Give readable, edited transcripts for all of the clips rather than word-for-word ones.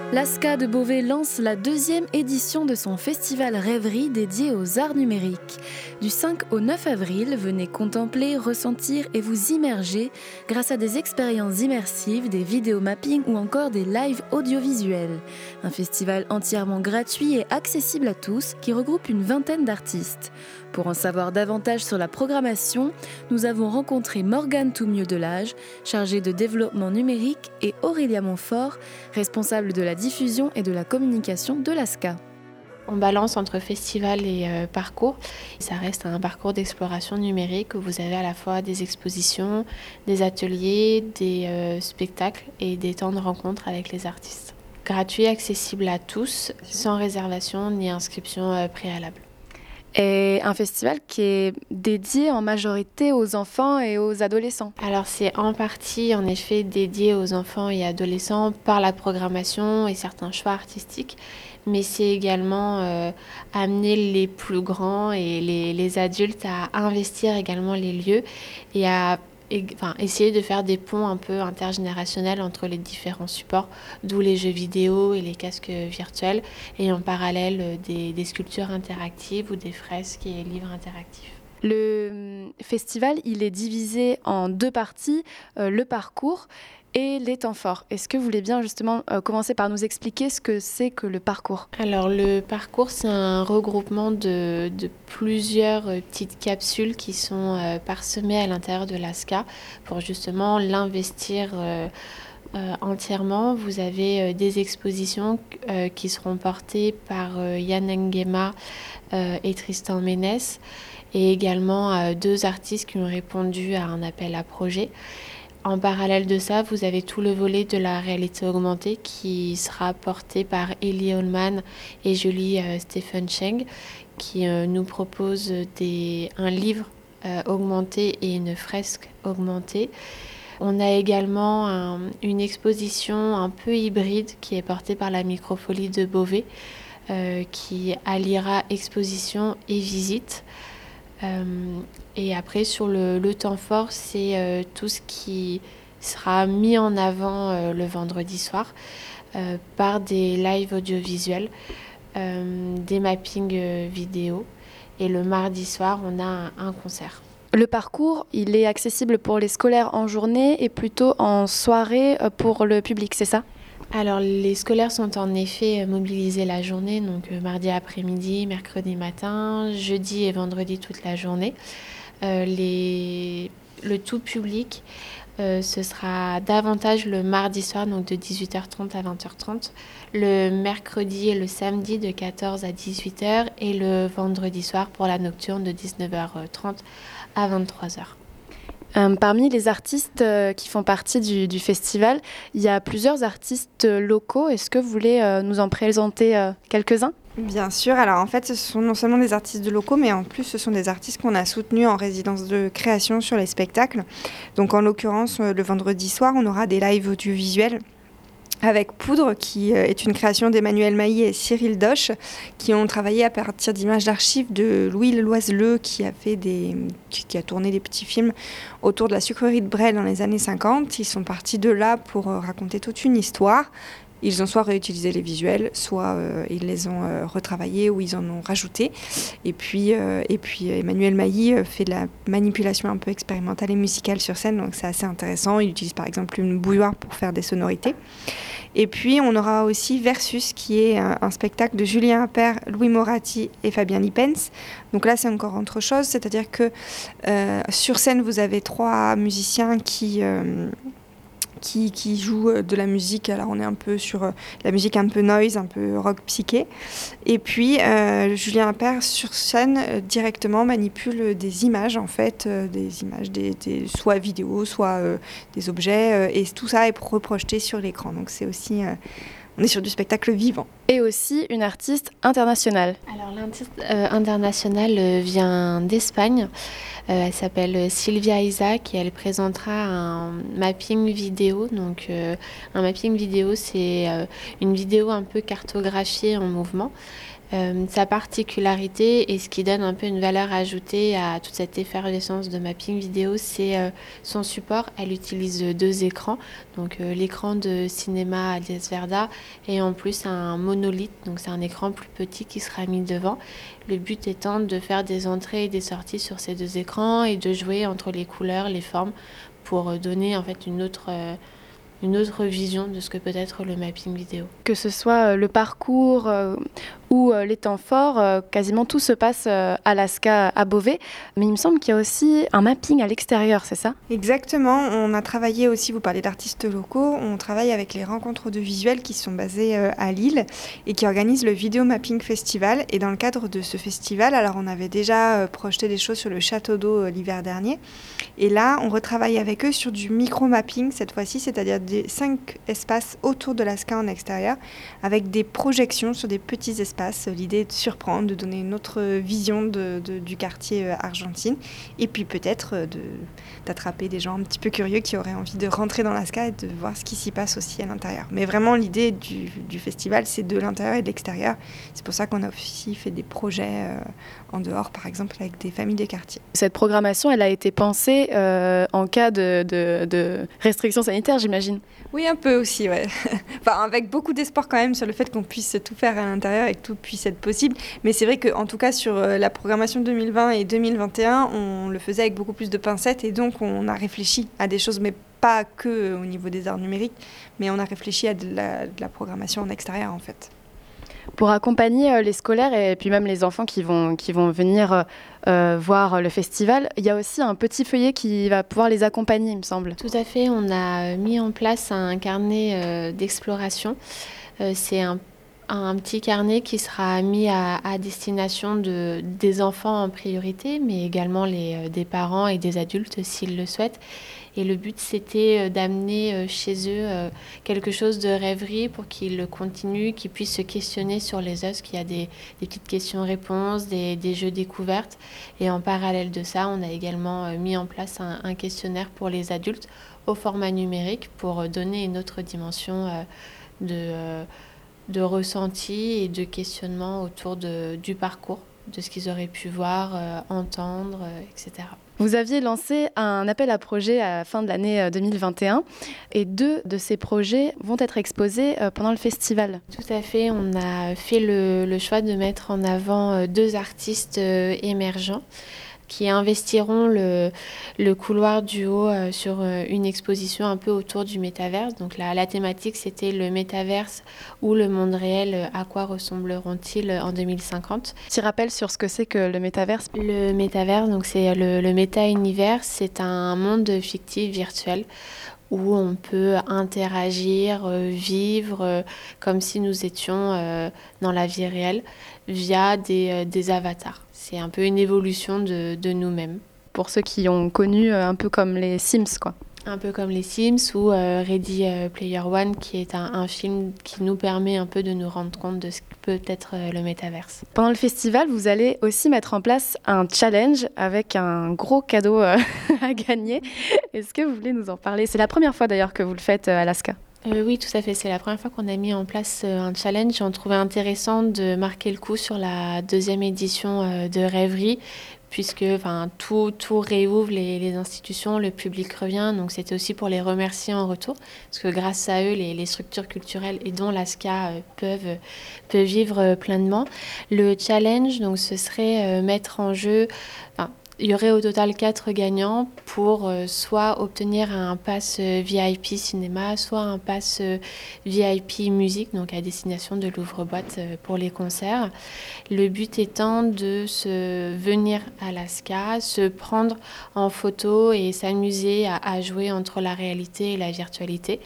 L'ASCA de Beauvais lance la 2e édition de son festival Rêverie dédié aux arts numériques. Du 5 au 9 avril, venez contempler, ressentir et vous immerger grâce à des expériences immersives, des vidéomappings ou encore des lives audiovisuels. Un festival entièrement gratuit et accessible à tous qui regroupe une vingtaine d'artistes. Pour en savoir davantage sur la programmation, nous avons rencontré Morgane Toumieux-Delage, chargée de développement numérique, et Aurélia Montfort, responsable de la diffusion et de la communication de l'ASCA. On balance entre festival et parcours. Ça reste un parcours d'exploration numérique où vous avez à la fois des expositions, des ateliers, des spectacles et des temps de rencontre avec les artistes. Gratuit, accessible à tous, sans réservation ni inscription préalable. Et un festival qui est dédié en majorité aux enfants et aux adolescents. Alors c'est en partie en effet dédié aux enfants et adolescents par la programmation et certains choix artistiques, mais c'est également amener les plus grands et les adultes à investir également les lieux et à essayer de faire des ponts un peu intergénérationnels entre les différents supports, d'où les jeux vidéo et les casques virtuels, et en parallèle des sculptures interactives ou des fresques et livres interactifs. Le festival, il est divisé en 2 parties, le parcours et les temps forts. Est-ce que vous voulez bien justement commencer par nous expliquer ce que c'est que le parcours ? Alors le parcours, c'est un regroupement de plusieurs petites capsules qui sont parsemées à l'intérieur de l'ASCA pour justement l'investir entièrement. Vous avez des expositions qui seront portées par Yann Nguema et Tristan Ménès, et également 2 artistes qui ont répondu à un appel à projet. En parallèle de ça, vous avez tout le volet de la réalité augmentée qui sera porté par Ellie Holman et Julie Stephen Cheng, qui nous proposent un livre augmenté et une fresque augmentée. On a également une exposition un peu hybride qui est portée par la Microfolie de Beauvais, qui alliera exposition et visite. Et après, sur le temps fort, c'est tout ce qui sera mis en avant le vendredi soir par des lives audiovisuels, des mappings vidéo. Et le mardi soir, on a un concert. Le parcours, il est accessible pour les scolaires en journée et plutôt en soirée pour le public, c'est ça ? Alors les scolaires sont en effet mobilisés la journée, donc mardi après-midi, mercredi matin, jeudi et vendredi toute la journée. Le tout public, ce sera davantage le mardi soir, donc de 18h30 à 20h30, le mercredi et le samedi de 14h à 18h et le vendredi soir pour la nocturne de 19h30 à 23h. Parmi les artistes qui font partie du festival, il y a plusieurs artistes locaux. Est-ce que vous voulez nous en présenter quelques-uns ? Bien sûr. Alors en fait, ce sont non seulement des artistes locaux, mais en plus, ce sont des artistes qu'on a soutenus en résidence de création sur les spectacles. Donc en l'occurrence, le vendredi soir, on aura des lives audiovisuels avec Poudre, qui est une création d'Emmanuel Mailly et Cyril Doche, qui ont travaillé à partir d'images d'archives de Louis Leloiseleux, qui a tourné des petits films autour de la sucrerie de Bresle dans les années 50. Ils sont partis de là pour raconter toute une histoire. Ils ont soit réutilisé les visuels, soit ils les ont retravaillés ou ils en ont rajouté. Et puis Emmanuel Mailly fait de la manipulation un peu expérimentale et musicale sur scène, donc c'est assez intéressant. Il utilise par exemple une bouilloire pour faire des sonorités. Et puis on aura aussi Versus, qui est un spectacle de Julien Appert, Louis Moratti et Fabien Lippens. Donc là c'est encore autre chose, c'est-à-dire que sur scène vous avez 3 musiciens qui joue de la musique. Alors on est un peu sur la musique un peu noise, un peu rock psyché. Et puis Julien Appert sur scène directement manipule des images en fait, des images soit vidéo, soit des objets, et tout ça est reprojeté sur l'écran. Donc c'est aussi on est sur du spectacle vivant. Et aussi une artiste internationale. Alors l'artiste internationale vient d'Espagne. Elle s'appelle Sylvia Isaac et elle présentera un mapping vidéo. Donc un mapping vidéo, c'est une vidéo un peu cartographiée en mouvement. Sa particularité et ce qui donne un peu une valeur ajoutée à toute cette effervescence de mapping vidéo, c'est son support. Elle utilise 2 écrans, donc l'écran de cinéma Alias Verda et en plus un monolithe, donc c'est un écran plus petit qui sera mis devant. Le but étant de faire des entrées et des sorties sur ces 2 écrans et de jouer entre les couleurs, les formes pour donner en fait une autre vision de ce que peut être le mapping vidéo. Que ce soit le parcours ou les temps forts, quasiment tout se passe à l'ASCA à Beauvais. Mais il me semble qu'il y a aussi un mapping à l'extérieur, c'est ça ? Exactement, on a travaillé aussi, vous parlez d'artistes locaux, on travaille avec les rencontres de visuels qui sont basées à Lille et qui organisent le Video Mapping Festival. Et dans le cadre de ce festival, alors on avait déjà projeté des choses sur le château d'eau l'hiver dernier. Et là, on retravaille avec eux sur du micro-mapping cette fois-ci, c'est-à-dire des 5 espaces autour de l'ASCA en extérieur, avec des projections sur des petits espaces. L'idée est de surprendre, de donner une autre vision du quartier Argentine, et puis peut-être d'attraper des gens un petit peu curieux qui auraient envie de rentrer dans l'ASCA et de voir ce qui s'y passe aussi à l'intérieur. Mais vraiment, l'idée du festival, c'est de l'intérieur et de l'extérieur. C'est pour ça qu'on a aussi fait des projets en dehors, par exemple, avec des familles des quartiers. Cette programmation, elle a été pensée en cas de restrictions sanitaires, j'imagine. Oui, un peu aussi, ouais. Enfin, avec beaucoup d'espoir quand même sur le fait qu'on puisse tout faire à l'intérieur et que tout puisse être possible. Mais c'est vrai qu'en tout cas, sur la programmation 2020 et 2021, on le faisait avec beaucoup plus de pincettes et donc on a réfléchi à des choses, mais pas que au niveau des arts numériques, mais on a réfléchi à de la programmation en extérieur, en fait. Pour accompagner les scolaires et puis même les enfants qui vont venir voir le festival, il y a aussi un petit feuillet qui va pouvoir les accompagner, il me semble. Tout à fait, on a mis en place un carnet d'exploration. C'est un petit carnet qui sera mis à destination des enfants en priorité, mais également des parents et des adultes s'ils le souhaitent. Et le but, c'était d'amener chez eux quelque chose de rêverie pour qu'ils continuent, qu'ils puissent se questionner sur les œuvres, qu'il y a des petites questions-réponses, des jeux découvertes. Et en parallèle de ça, on a également mis en place un questionnaire pour les adultes au format numérique pour donner une autre dimension de ressenti et de questionnement autour du parcours, de ce qu'ils auraient pu voir, entendre, etc. Vous aviez lancé un appel à projets à la fin de l'année 2021 et 2 de ces projets vont être exposés pendant le festival. Tout à fait, on a fait le choix de mettre en avant 2 artistes émergents qui investiront le couloir du haut sur une exposition un peu autour du métaverse. Donc la thématique, c'était le métaverse ou le monde réel, à quoi ressembleront-ils en 2050. Petit rappel sur ce que c'est que le métaverse. Le métaverse, donc c'est le méta-univers, c'est un monde fictif virtuel où on peut interagir, vivre comme si nous étions dans la vie réelle via des avatars. C'est un peu une évolution de nous-mêmes. Pour ceux qui ont connu un peu comme les Sims, quoi. Un peu comme les Sims ou Ready Player One, qui est un film qui nous permet un peu de nous rendre compte de ce que peut être le métaverse. Pendant le festival, vous allez aussi mettre en place un challenge avec un gros cadeau à gagner. Est-ce que vous voulez nous en parler ? C'est la première fois d'ailleurs que vous le faites à l'ASCA. Oui, tout à fait. C'est la première fois qu'on a mis en place un challenge. On trouvait intéressant de marquer le coup sur la 2e édition de Rêverie, puisque tout réouvre les institutions, le public revient. Donc c'était aussi pour les remercier en retour, parce que grâce à eux, les structures culturelles et dont l'ASCA peuvent vivre pleinement. Le challenge, donc, ce serait mettre en jeu... Il y aurait au total 4 gagnants pour soit obtenir un pass VIP cinéma, soit un pass VIP musique, donc à destination de l'ouvre-boîte pour les concerts. Le but étant de venir à l'ASCA, se prendre en photo et s'amuser à jouer entre la réalité et la virtualité.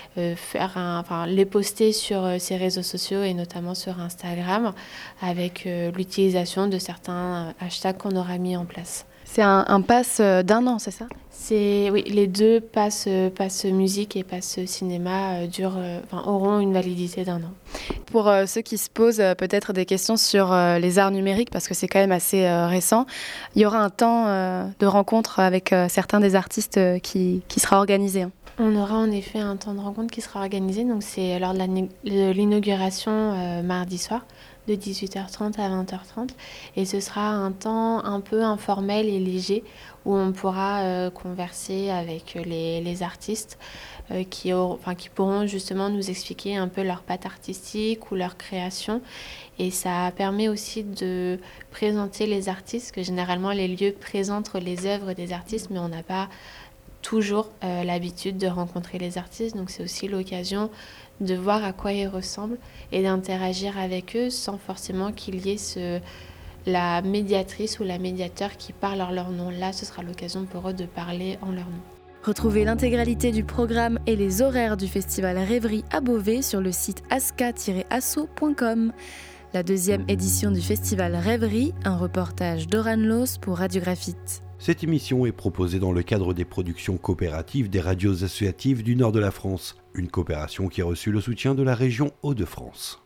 Les poster sur ses réseaux sociaux et notamment sur Instagram avec l'utilisation de certains hashtags qu'on aura mis en place. C'est un pass d'1 an, c'est ça ? Oui, les 2 pass musique et pass cinéma auront une validité d'1 an. Pour ceux qui se posent peut-être des questions sur les arts numériques, parce que c'est quand même assez récent, il y aura un temps de rencontre avec certains des artistes qui sera organisé. On aura en effet un temps de rencontre qui sera organisé, donc c'est lors de l'inauguration mardi soir. de 18h30 à 20h30. Et ce sera un temps un peu informel et léger où on pourra converser avec les artistes qui pourront justement nous expliquer un peu leur patte artistique ou leur création. Et ça permet aussi de présenter les artistes, que généralement les lieux présentent les œuvres des artistes, mais on n'a pas toujours l'habitude de rencontrer les artistes. Donc c'est aussi l'occasion de voir à quoi ils ressemblent et d'interagir avec eux sans forcément qu'il y ait la médiatrice ou la médiateur qui parle en leur nom. Là, ce sera l'occasion pour eux de parler en leur nom. Retrouvez l'intégralité du programme et les horaires du festival Rêverie à Beauvais sur le site aska-asso.com. La deuxième édition du festival Rêverie, un reportage d'Oran Los pour Radio Graphite. Cette émission est proposée dans le cadre des productions coopératives des radios associatives du nord de la France, une coopération qui a reçu le soutien de la région Hauts-de-France.